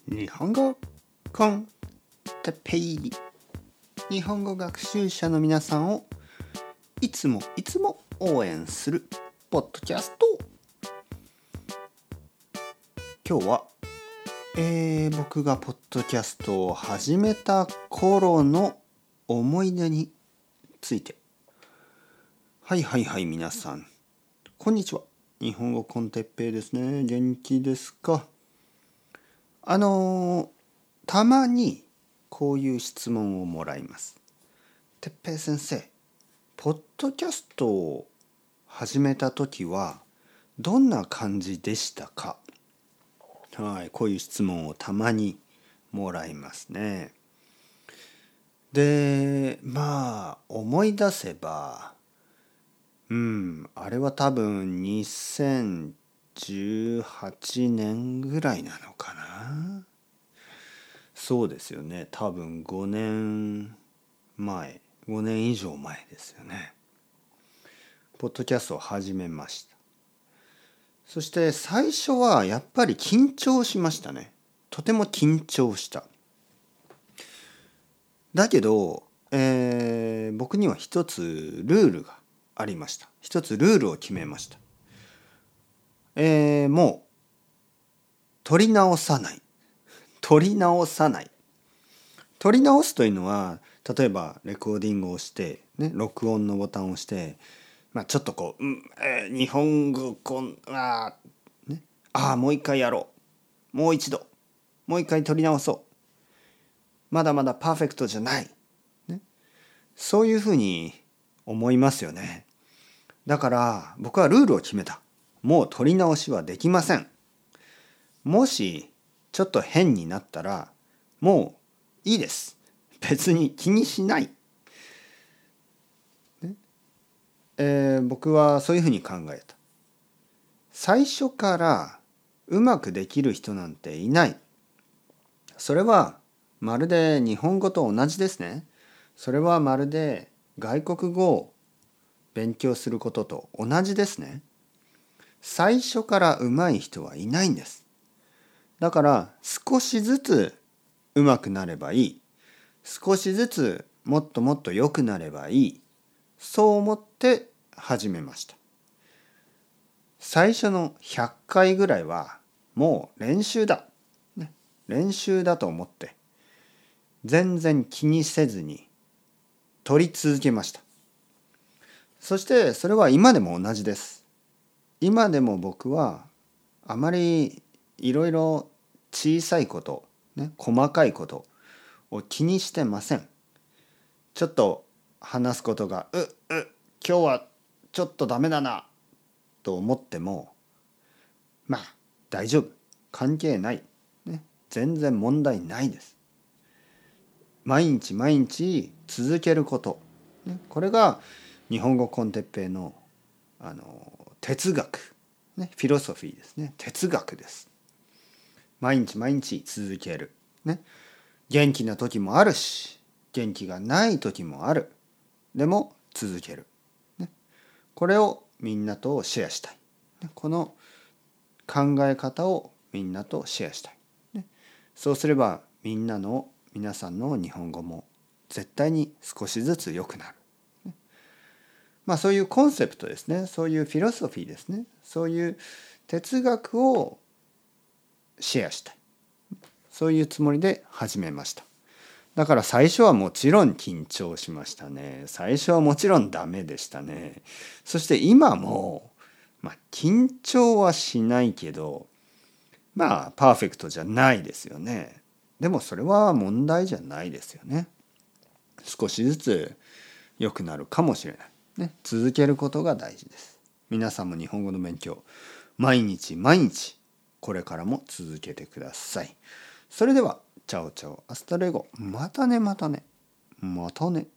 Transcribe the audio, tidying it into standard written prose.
日本語コンテペイ。日本語学習者の皆さんをいつも応援するポッドキャスト。今日は、僕がポッドキャストを始めた頃の思い出について。はい皆さんこんにちは。日本語コンテッペイですね。元気ですか？たまにこういう質問をもらいます。てっぺい先生、ポッドキャストを始めた時はどんな感じでしたか？こういう質問をたまにもらいますね。で、思い出せば、あれは多分2018年ぐらいなのかな。そうですよね。多分5年以上前ですよね。ポッドキャストを始めました。そして最初はやっぱり緊張しましたね。とても緊張した。だけど、僕には一つルールがありました。一つルールを決めました。もう取り直さない。取り直すというのは、例えばレコーディングをして、録音のボタンを押して、ちょっとこう、日本語もう一回やろう。もう一回取り直そう。まだまだパーフェクトじゃない。そういうふうに思いますよね。だから僕はルールを決めた。もう取り直しはできません。もしちょっと変になったらもういいです。別に気にしない。僕はそういうふうに考えた。最初からうまくできる人なんていない。それはまるで日本語と同じですね。それはまるで外国語を勉強することと同じですね。最初からうまい人はいないんです。だから少しずつうまくなればいい。少しずつもっと良くなればいい。そう思って始めました。最初の100回ぐらいはもう練習だ。練習だと思って全然気にせずに取り続けました。そしてそれは今でも同じです。今でも僕はあまりいろいろ小さいこと、細かいことを気にしてません。ちょっと話すことが今日はちょっとダメだなと思っても大丈夫、関係ない、全然問題ないです。毎日続けること、これが日本語コンテッペイの哲学、フィロソフィーですね。哲学です。毎日続ける、元気な時もあるし元気がない時もある。でも続ける、これをみんなとシェアしたい。この考え方をみんなとシェアしたい。そうすれば皆さんの日本語も絶対に少しずつ良くなる。そういうコンセプトですね。そういうフィロソフィーですね。そういう哲学をシェアしたい。そういうつもりで始めました。だから最初はもちろん緊張しましたね。最初はもちろんダメでしたね。そして今も緊張はしないけどパーフェクトじゃないですよね。でもそれは問題じゃないですよね。少しずつ良くなるかもしれない。続けることが大事です。皆さんも日本語の勉強毎日これからも続けてください。それではチャオチャオアスタレゴ。またね。